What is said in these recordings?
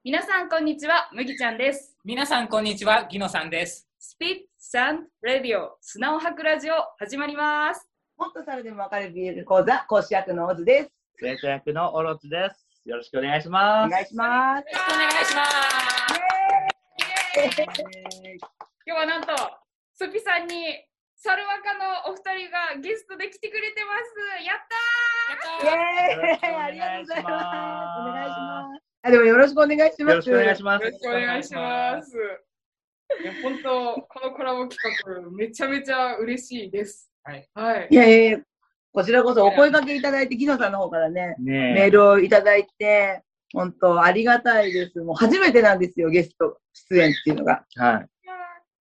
皆さんこんにちは、麦ちゃんです。 皆さんこんにちは、ギノさんです。 スピッツサンレディオ砂を吐くラジオ始まります。 もっと猿でもわかる BL 講座講師役のオズです。 生徒役のオロチです。よろしくお願いします。 お願いします。 よろしくお願いします。 今日はなんとスピさんにサルワカのお二人がゲストで来てくれてます。やったー。 イエーイ、ありがとうございます。お願いします。でもよろしくお願いします。 よろしくお願いします。 よろしくお願いします。いや本当このコラボ企画めちゃめちゃ嬉しいです。はい。はい。 いやこちらこそお声掛けいただいて、ギノさんの方からね、メールをいただいて、本当ありがたいです。もう初めてなんですよ、ゲスト出演っていうのが。 はい。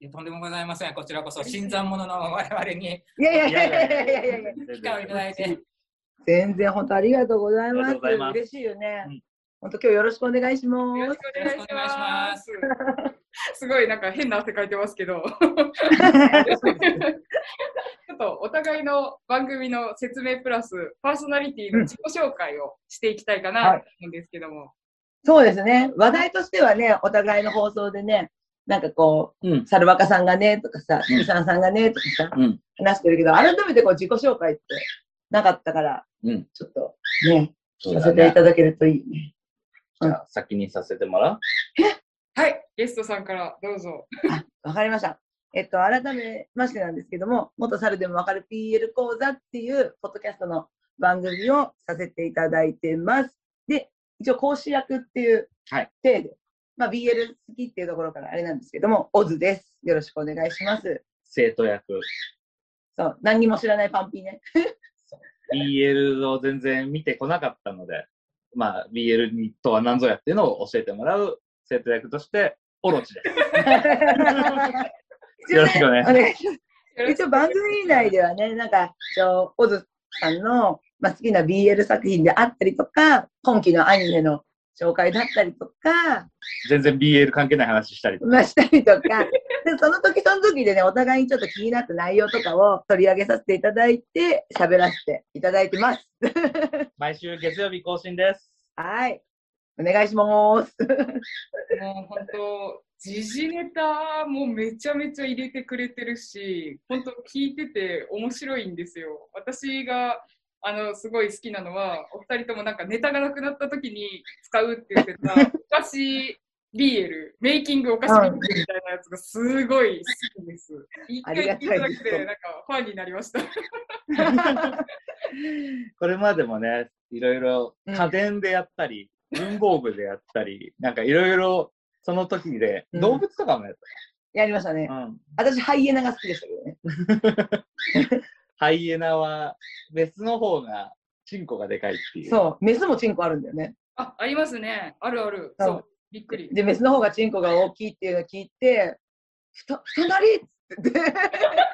とんでもございません。こちらこそ新参者の我々にいや機会をいただいて。 全然本当ありがとうございます。嬉しいよね。本当今日よろしくお願いします。 よろしくお願いします。すごいなんか変な汗かいてますけどちょっとお互いの番組の説明プラスパーソナリティの自己紹介をしていきたいかなと思うんですけども、 そうですね。話題としてはね、お互いの放送でね、なんかこう、サルバカさんがねとかさ、スピさんさんがねとかさ、話してるけど、改めてこう自己紹介ってなかったから、ちょっとね、させていただけるといいね。 じゃあ先にさせてもらう？ はい、ゲストさんからどうぞ。 わかりました。改めましてなんですけども、元猿でもわかる PL 講座っていうポッドキャストの番組をさせていただいてます。で、一応講師役っていう体で、まあ BL 好きっていうところからあれなんですけども、オズです。よろしくお願いします。 生徒役。 そう、何にも知らないパンピーね。 BL を全然見てこなかったので、まあ BL とは何ぞやっていうのを教えてもらう生徒役としてオロチです。よろしくお願いします。 一応番組内ではね、なんかオズさんの、まあ、好きな BL 作品であったりとか、今期のアニメの紹介だったりとか、 全然 BL 関係ない話したりとか、 まあ、したりとかでその時でね、お互いにちょっと気になった内容とかを取り上げさせていただいて喋らせていただいてます毎週月曜日更新です。 はい、お願いしますもう本当時事ネタもめちゃめちゃ入れてくれてるし、本当聞いてて面白いんですよ。私がすごい好きなのは、お二人ともなんかネタがなくなった時に使うって言ってたお菓子BL、メイキングお菓子 BL みたいなやつがすごい好きです。一回聞いただけでなんかファンになりましたこれまでもね、いろいろ家電でやったり、文房具でやったり、なんかいろいろその時で、動物とかもやった。 やりましたね。私、ハイエナが好きでしたけどね。 ハイエナは、メスの方が、チンコがでかいっていう。 そう、メスもチンコあるんだよね。 ありますね。あるある。そう、びっくり。 で、メスの方がチンコが大きいっていうのを聞いて、二なりって言って。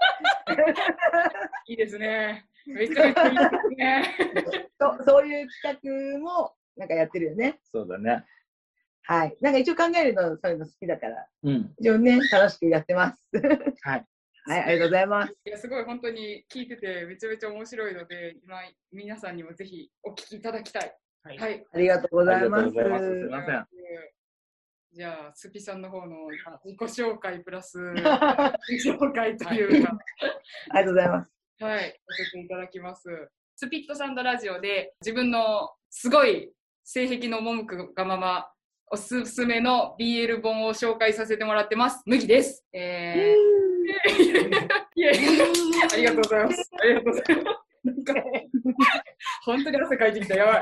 いいですね。めちゃめちゃいいですね。 そういう企画も、なんかやってるよね。 そうだね。 はい。なんか一応考えるの、そういうの好きだから、一応ね、楽しくやってます。 はい。 はい、ありがとうございます。 いや、すごい本当に聞いててめちゃめちゃ面白いので、皆さんにもぜひお聞きいただきたい。はい。 ありがとうございます。 すみません。 じゃあ、スピさんの方の自己紹介プラス、自己紹介というか。 ありがとうございます。 はい、させていただきます。スピットサンドラジオで自分のすごい性癖の赴くがままおすすめの BL 本を紹介させてもらってます。麦です。ありがとうございます。ありがとうございます。なんか本当に汗かいてきた。やばい。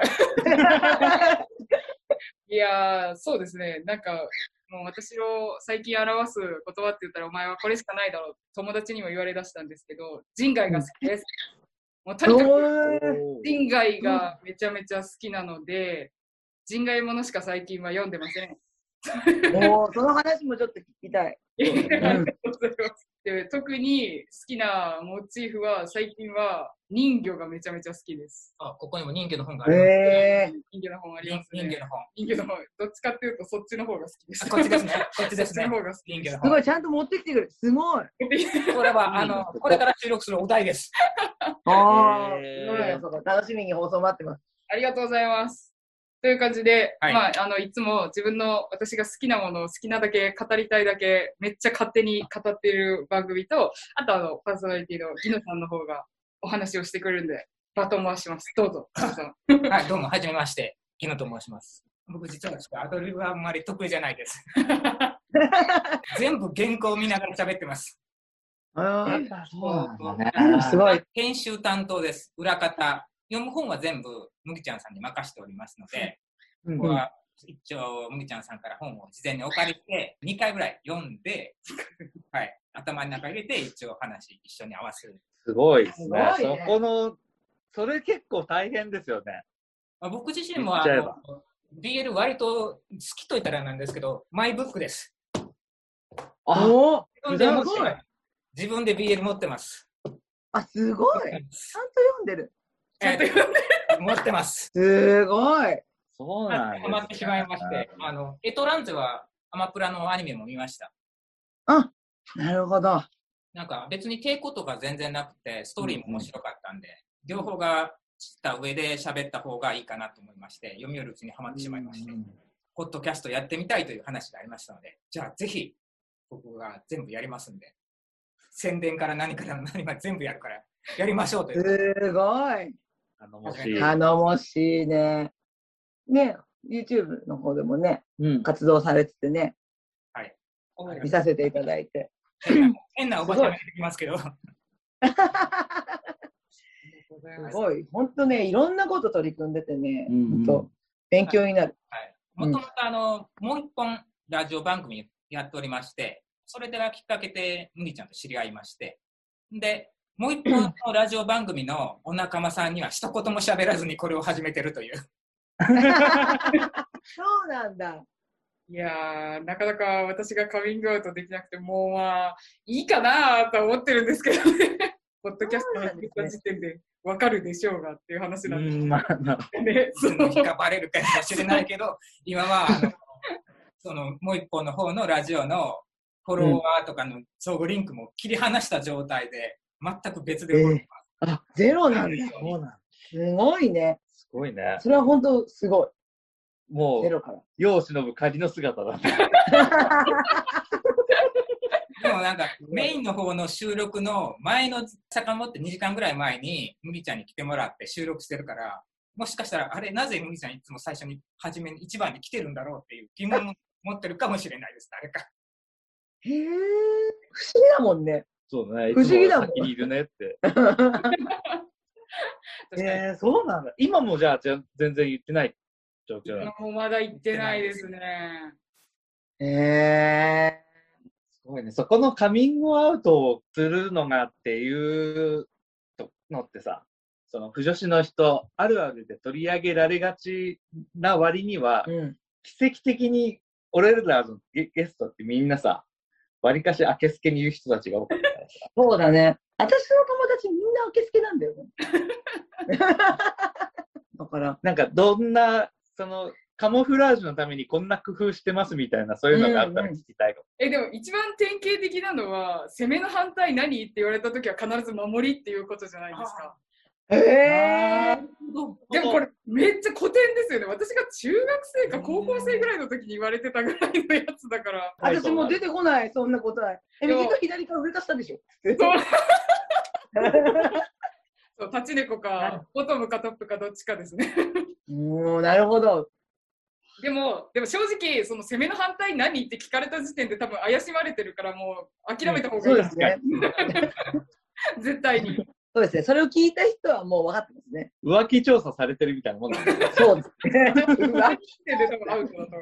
いやそうですね。なんかもう私を最近表す言葉って言ったらお前はこれしかないだろう。友達にも言われだしたんですけど、人外が好きです。もうとにかく人外がめちゃめちゃ好きなので、人外ものしか最近は読んでません。 その話もちょっと聞きたい。 ありがとうございます。で、特に好きなモチーフは最近は人魚がめちゃめちゃ好きです。 ここにも人魚の本があります。 人魚の本ありますね。 人魚の本。 人魚の本。どっちかっていうとそっちの方が好きです。 こっちですね。こっちですね。 そっちの方が好き。 人魚の本。すごい、ちゃんと持ってきてくる。すごい。 これはこれから収録するお題です。 楽しみに放送待ってます。 ありがとうございます。 という感じで、 はいまあ、いつも私が好きなものを好きなだけ語りたいだけ、めっちゃ勝手に語っている番組と、あとパーソナリティのギノさんの方がお話をしてくるんで、バトン回します。どうぞ、ギノさん。 はい、どうも、はじめまして。ギノと申します。僕、実はちょっとアドリブはあんまり得意じゃないです。全部原稿を見ながら喋ってます。 そうなんだね。 すごい。 編集担当です。裏方。読む本は全部、麦ちゃんさんに任しておりますので、ここは一応、麦ちゃんさんから本を事前にお借りして、2回ぐらい読んで、はい、頭の中入れて、一応話一緒に合わせる。 すごいですね。 すごいねそれ結構大変ですよね。 僕自身も言っちゃえば BL 割と好きと言ったらなんですけど、マイブックです。 お自分で BL 持ってます。 すごい。ちゃんと読んでる。 持ってます。 すごい。 そうなんです、ね。 ハマってしまいまして、エトランゼはアマプラのアニメも見ました。 なるほど。 なんか別に抵抗とか全然なくて、ストーリーも面白かったんで、両方が知った上で喋った方がいいかなと思いまして、読み寄るうちにハマってしまいまして、ポッドキャストやってみたいという話がありましたので、じゃあぜひ僕が全部やりますんで、宣伝から何から何まで全部やるからやりましょうという。 すごい。 頼もしい。 頼もしいね。ね、YouTube の方でもね、活動されててね、 はい。 見させていただいて。 変なおばちゃんが出てきますけど。 すごい。本当ね、いろんなこと取り組んでてね、本当勉強になる。 もともともう一本ラジオ番組やっておりまして、それがきっかけで麦ちゃんと知り合いまして、で、もう一本のラジオ番組のお仲間さんには一言も喋らずにこれを始めてるという。 そうなんだ。 いやー、なかなか私がカミングアウトできなくて、もうまあ、いいかなと思ってるんですけどね。ポッドキャストを始めた時点で分かるでしょうがっていう話なんですけど、ね。 引かばれるかもしれないけど、今はそのもう一本の方のラジオのフォロワーとかの相互リンクも切り離した状態で、全く別で動いてます。 ゼロなんだ。そうなんすごいね。 すごいね。 それは本当すごい。 もう、世を忍ぶ仮の姿だね。 でもなんか、メインの方の収録の前の遡って2時間ぐらい前に、麦ちゃんに来てもらって収録してるから、もしかしたら、あれ、なぜ麦ちゃんいつも最初に、初めに一番に来てるんだろうっていう疑問を持ってるかもしれないです、誰か。 へぇー、不思議だもんね。 そうね。 不思議だもん。 先にいるねって。そうなんだ。今もじゃあ全然言ってない状況なの？ もうまだ言ってないですね。 すごいね。そこのカミングアウトをするのがっていうのってさ、その不女子の人あるあるで取り上げられがちな割には、奇跡的に俺らのゲストってみんなさ、わりかしあけすけに言う人たちが多かったからさ。 そうだね。私の友達みんなあけすけなんだよね。だから。 なんかどんな、その、カモフラージュのためにこんな工夫してますみたいな、そういうのがあったら聞きたいかも。 でも一番典型的なのは、攻めの反対何って言われたときは必ず守りっていうことじゃないですか。でもこれめっちゃ古典ですよね。私が中学生か高校生ぐらいの時に言われてたぐらいのやつだから。 私も出てこない、そんなことない。右か左か上か下でしょ。 そう、立ち猫か、ボトムかトップかどっちかですね。 なるほど。 でも正直、その攻めの反対何って聞かれた時点で多分怪しまれてるから、もう諦めた方がいいですね。絶対に。 そうですね。それを聞いた人はもう分かってますね。 浮気調査されてるみたいなもんなんですね。 そうですね。 浮気ってで多分アウトだと思います。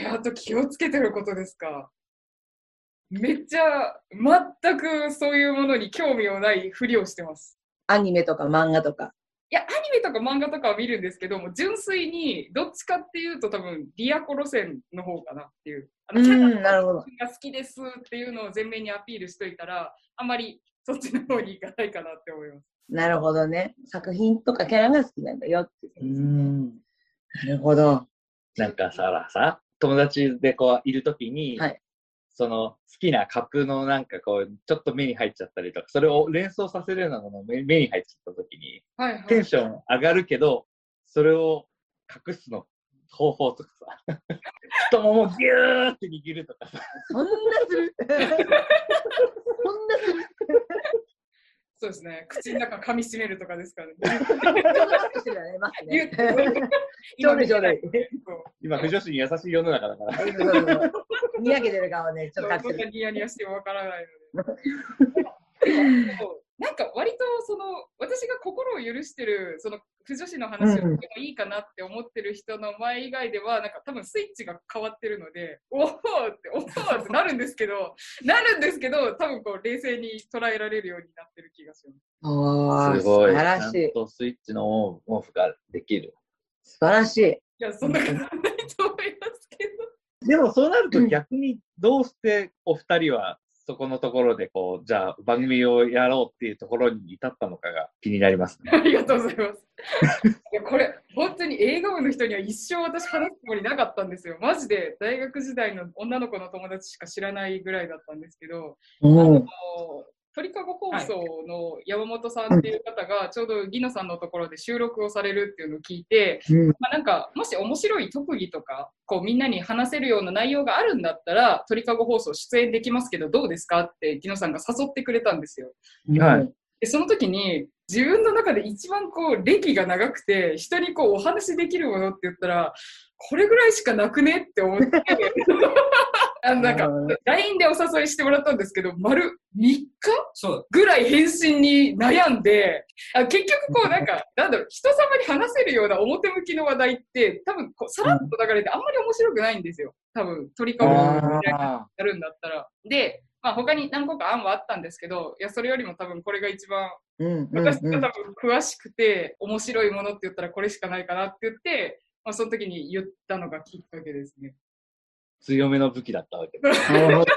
あと気をつけてることですか。めっちゃ全くそういうものに興味をないふりをしてます。 アニメとか漫画とか。 いや、アニメとか漫画とかは見るんですけども、純粋にどっちかっていうと多分リアコ路線の方かなっていう。キャラが好きですっていうのを前面にアピールしといたら、あんまりそっちの方に行かないかなって思います。 なるほどね。作品とかキャラが好きなんだよっていう。なるほど。 なんかさ、友達でこういるときに、はい、その好きな格のなんかこうちょっと目に入っちゃったりとか、それを連想させるようなものを目に入っちゃったときに、テンション上がるけど、それを隠すの方法とかさ、太ももギューって握るとかさ。 そんなするそんなするそうですね。口の中噛み締めるとかですからね。 ちょうどマスクしてるよね、マスクね。ちょうどいいちょうどいい。 今、不女子に優しい世の中だから。 にやけてる顔ね、ちょっと隠してる。 ニヤニヤしてもわからないので。なんか割とその私が心を許してるその不女子の話をしてもいいかなって思ってる人の前以外ではなんか多分スイッチが変わってるのでおおってなるんですけど多分こう冷静に捉えられるようになってる気がします。 すごい。 素晴らしい。 ちゃんとスイッチのオンオフができる。 素晴らしい。 いやそんなことないと思いますけど。 でもそうなると逆にどうしてお二人はそこのところでこうじゃあ番組をやろうっていうところに至ったのかが気になりますね。 ありがとうございます。いやこれ本当に映画部の人には一生私話すつもりなかったんですよ。マジで大学時代の女の子の友達しか知らないぐらいだったんですけど、鳥かご放送の山本さんっていう方がちょうどギノさんのところで収録をされるっていうのを聞いて、なんかもし面白い特技とかこうみんなに話せるような内容があるんだったら鳥かご放送出演できますけどどうですかってギノさんが誘ってくれたんですよ。 はい。 でその時に自分の中で一番こう歴が長くて人にこうお話できるものって言ったらこれぐらいしかなくねって思ってなんか LINE でお誘いしてもらったんですけど丸3日ぐらい返信に悩んで結局こうなんだろう人様に話せるような表向きの話題って多分こうさらっと流れてあんまり面白くないんですよ多分鳥かごをやるんだったら。で他に何個か案はあったんですけどいやそれよりも多分これが一番私が多分詳しくて面白いものって言ったらこれしかないかなって言って、その時に言ったのがきっかけですね。 強めの武器だったわけです。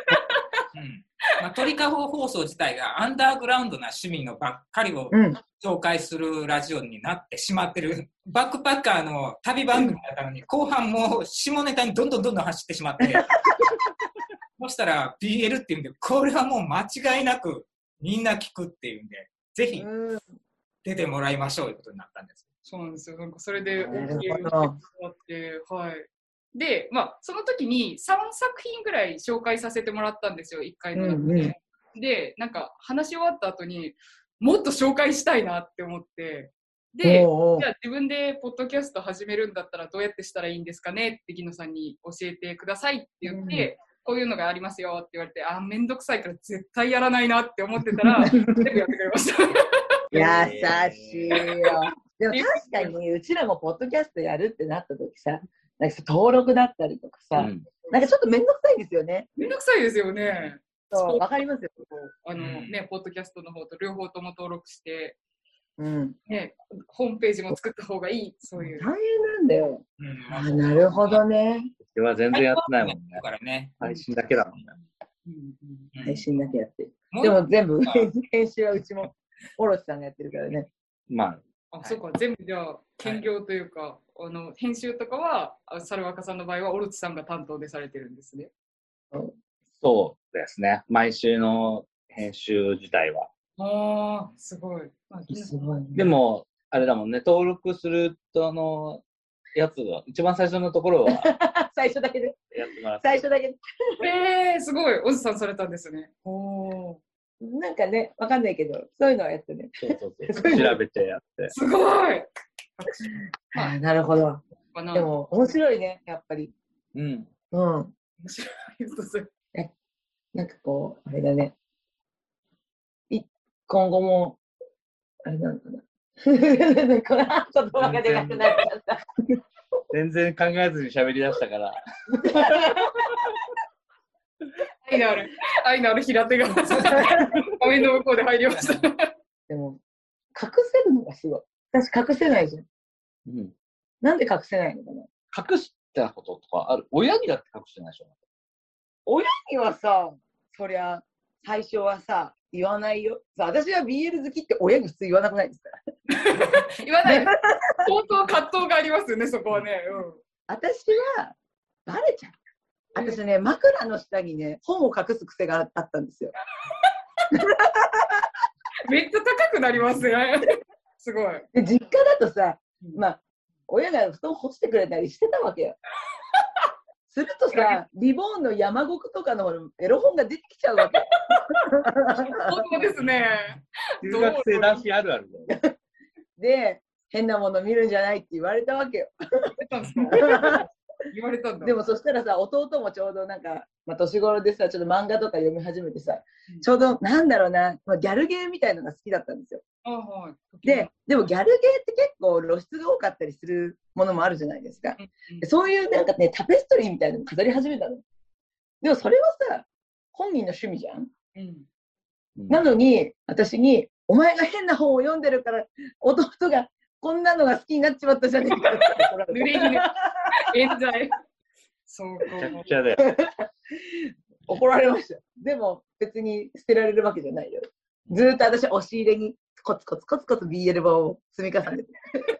鳥かご放送自体がアンダーグラウンドな趣味のばっかりを紹介するラジオになってしまってる、バックパッカーの旅番組だったのに後半もう下ネタにどんどん走ってしまってそしたら BL っていうんでこれはもう間違いなくみんな聞くっていうんでぜひ出てもらいましょうということになったんです。 そうなんですよ。なんかそれで OK をしてもらって、はい。で、その時に3作品ぐらい紹介させてもらったんですよ、1回の中で。で、なんか話し終わった後にもっと紹介したいなって思って、で、じゃあ自分でポッドキャスト始めるんだったらどうやってしたらいいんですかねってギノさんに教えてくださいって言って、こういうのがありますよって言われて、めんどくさいから絶対やらないなって思ってたら、全部やってくれました。 優しいよ。でも確かにうちらもポッドキャストやるってなった時さ、なんか登録だったりとかさ、なんかちょっとめんどくさいですよね。 めんどくさいですよね。 そう、わかりますよ。 ポッドキャストの方と両方とも登録して、 ね、 ホームページも作った方がいい、そういう。 大変なんだよ。なるほどね。 では全然やってないもんね。配信だけだもんね。 配信だけやってる。でも全部編集はうちもオロチさんがやってるからね。 そうか、全部じゃあ兼業というか、編集とかは猿若さんの場合はオロチさんが担当でされてるんですね。 そうですね。毎週の編集自体は。 すごい。 でもあれだもんね。登録するとやつは一番最初のところは最初だけでやってもらって。 最初だけで。 すごい。おじさんされたんですね。 なんかね、わかんないけど、そういうのをやってね。 そう調べてやって。 すごい。 なるほど。でも面白いね、やっぱり。 面白い。 なんかこうあれだね。今後もあれなのかな。この言葉が出なくなっちゃった。 全然考えずに喋り出したから。 愛のある平手が画面の向こうで入りました。 でも隠せるのがすごい。私隠せないじゃん。なんで隠せないのかな。 隠したこととかある？親にだって隠してないでしょ。 親にはさ、そりゃ最初はさ言わないよ。私は BL 好きって親に普通言わなくないですか？ 言わない。相当葛藤がありますよね、そこはね。 私はバレちゃう。私ね、枕の下にね、本を隠す癖があったんですよ。 めっちゃ高くなりますね。すごい。 で実家だとさ、 親が布団干してくれたりしてたわけよ。するとさ、リボーンの山国とかのエロ本が出てきちゃうわけ。 本当ですね。 中学生男子あるあるだよね。 で、変なもの見るんじゃないって言われたわけよ。 言われたんだ。 でもそしたらさ、弟もちょうどなんか、年頃でさ、ちょっと漫画とか読み始めてさ、ちょうどなんだろうな、ギャルゲーみたいのが好きだったんですよ。 はい、 でもギャルゲーって結構露出が多かったりするものもあるじゃないですか。そういうなんかね、タペストリーみたいなの飾り始めたの。でもそれはさ、本人の趣味じゃん。なのに、私に、お前が変な本を読んでるから、弟がこんなのが好きになっちまったじゃねえかって怒られて。 濡れ衣冤罪。そうか。 めちゃくちゃだよ。 怒られました。でも別に捨てられるわけじゃないよ。ずーっと私は押し入れにコツコツコツコツ BL 本を積み重ねて。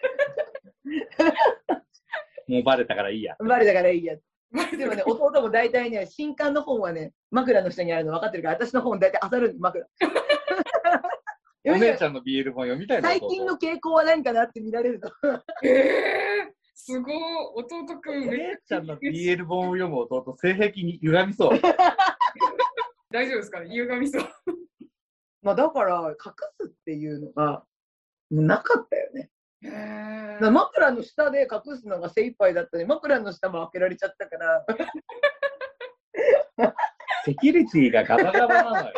もうバレたからいいや。 バレたからいいや。でもね、弟も大体ね、新刊の本はね、枕の下にあるの分かってるから、私の本大体漁るん枕。 お姉ちゃんの BL 本読みたいな。 最近の傾向は何かなって見られると。 すごい、弟くん。 お姉ちゃんの BL 本を読む弟、性癖に歪みそう。 大丈夫ですかね、歪みそう。 まあだから、隠すっていうのが、もうなかったよね。枕の下で隠すのが精一杯だったのに、枕の下も開けられちゃったから。 セキュリティがガバガバなのよ。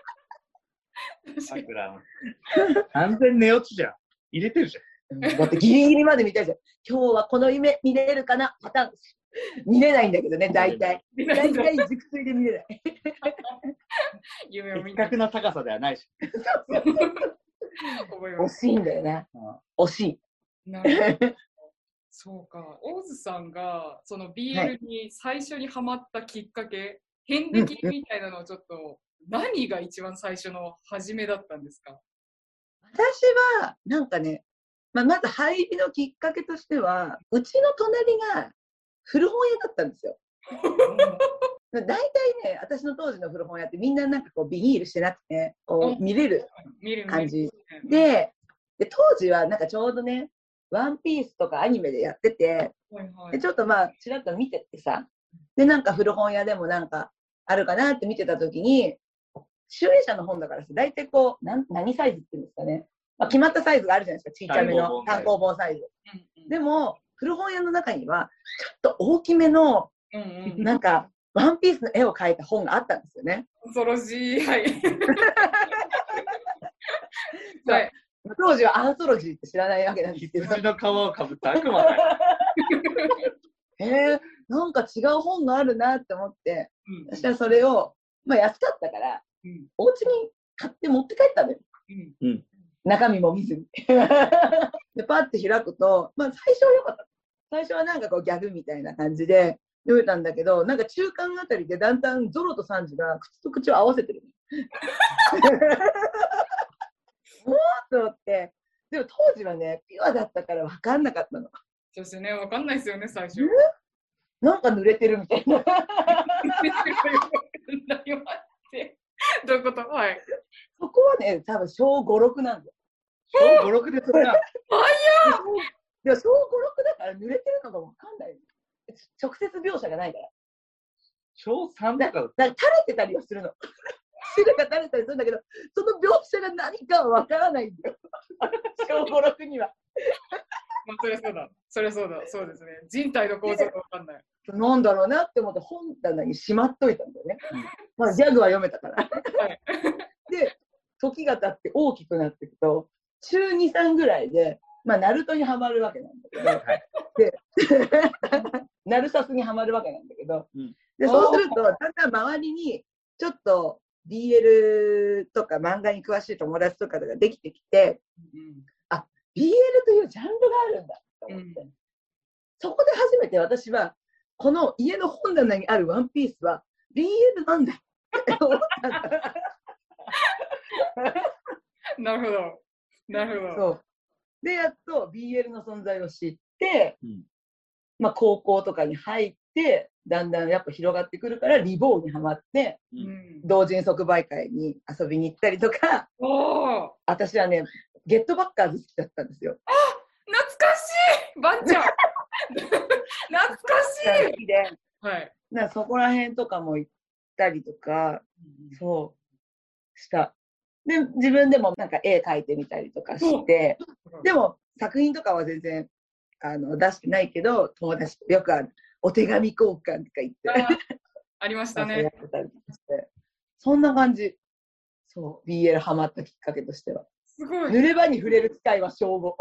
枕の。完全寝落ちじゃん。入れてるじゃん。 だってギリギリまで見たいじゃん。今日はこの夢見れるかなパターン。見れないんだけどね、大体。大体熟睡で見れない。 夢を見的確な高さではないし。 惜しいんだよね。惜しい。 そうか。大津さんがその BL に最初にハマったきっかけ、遍歴みたいなのをちょっと、何が一番最初の始めだったんですか？ 私は、なんかね、まず入りのきっかけとしては、うちの隣が古本屋だったんですよ。大体ね、私の当時の古本屋ってみんななんかこうビニールしてなくて、こう見れる感じ。で、当時はなんかちょうどね、ワンピースとかアニメでやってて、でちょっとまあ、ちらっと見てってさ、で、なんか古本屋でもなんかあるかなって見てたときに、集英社の本だからさ、大体こう、何サイズって言うんですかね。まあ、決まったサイズがあるじゃないですか、ちっちゃめの単行本サイズ。でも、古本屋の中には、ちょっと大きめの、なんか、ワンピースの絵を描いた本があったんですよね。 恐ろしい。はい。 はい、当時はアンソロジーって知らないわけなんですけど。 羊の皮をかぶった悪魔だよ。なんか違う本があるなって思って、私はそれを、まあ安かったから、お家に買って持って帰ったのよ。中身も見ずに。で、パッて開くと、まあ最初は良かった。最初はなんかこうギャグみたいな感じで読めたんだけど、なんか中間あたりでだんだんゾロとサンジが口と口を合わせてる。おーっと思って、でも当時はね、ピュアだったから分かんなかったの。 そうですよね、分かんないですよね、最初。 なんか濡れてるみたいな。 どういうこと？はい。 そこはね、多分小5、6なんだよ。 小5、6でそれな。 いや、小5、6だから濡れてるのが分かんない。直接描写がないから。 小3だから。 垂れてたりはするの。汁が垂れたりするんだけど、その描写が何かは分からないんだよ。小5、6には。 まあ、そりゃそうだ。そりゃそうだ。そうですね。人体の構造が分かんない。 なんだろうなって思って本棚にしまっといたんだよね。まあ、ギャグは読めたから。はい、で、時が経って大きくなっていくと、中2、3ぐらいで、まあ、ナルトにはまるわけなんだけど、はい、で、ナルサスにはまるわけなんだけど、でそうすると、だんだん周りに、ちょっと BL とか漫画に詳しい友達とかができてきて、あ、BL というジャンルがあるんだと思って、そこで初めて私は、この家の本棚にあるワンピースは BL なんだって思ったんだ。 なるほど。なるほど。 そう。で、やっと BL の存在を知って、まあ高校とかに入って、だんだんやっぱ広がってくるから、リボーにはまって、同人即売会に遊びに行ったりとか、私はね、ゲットバッカーズ好きだったんですよ。 あ、懐かしいばんちゃん懐かしい。 好きで、 はい。 そこら辺とかも行ったりとか、そうした。で、自分でもなんか絵描いてみたりとかして、でも作品とかは全然出してないけど、友達とよくあるお手紙交換とか言って。 ありましたね。 やってたりして。そんな感じ。そう、BL ハマったきっかけとしては。 すごい。 濡れ場に触れる機会は小5。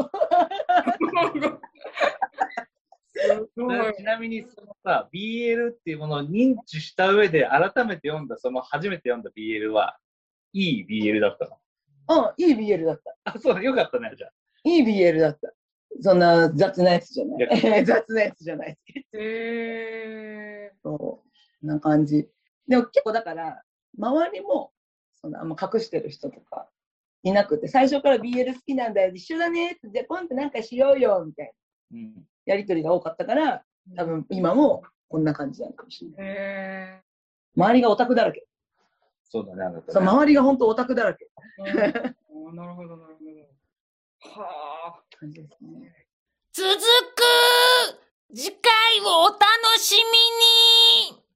ちなみにそのさ、BL っていうものを認知した上で改めて読んだ、その初めて読んだ BL はいい BL だったの？ いい BL だった。 あ、そう、よかったね、じゃあ。 いい BL だった。そんな雑なやつじゃない。雑なやつじゃない。そう、こんな感じ。でも結構だから、周りもあんま隠してる人とかいなくて、最初から BL 好きなんだよ、一緒だねって、じゃあ今度なんかしようよみたいな、やりとりが多かったから、多分今もこんな感じなのかもしれない。周りがオタクだらけ。 そうだね、あなたね。 そう、周りが本当オタクだらけ。 なるほど、なるほど。はあ。 感じですね。 続く次回をお楽しみに。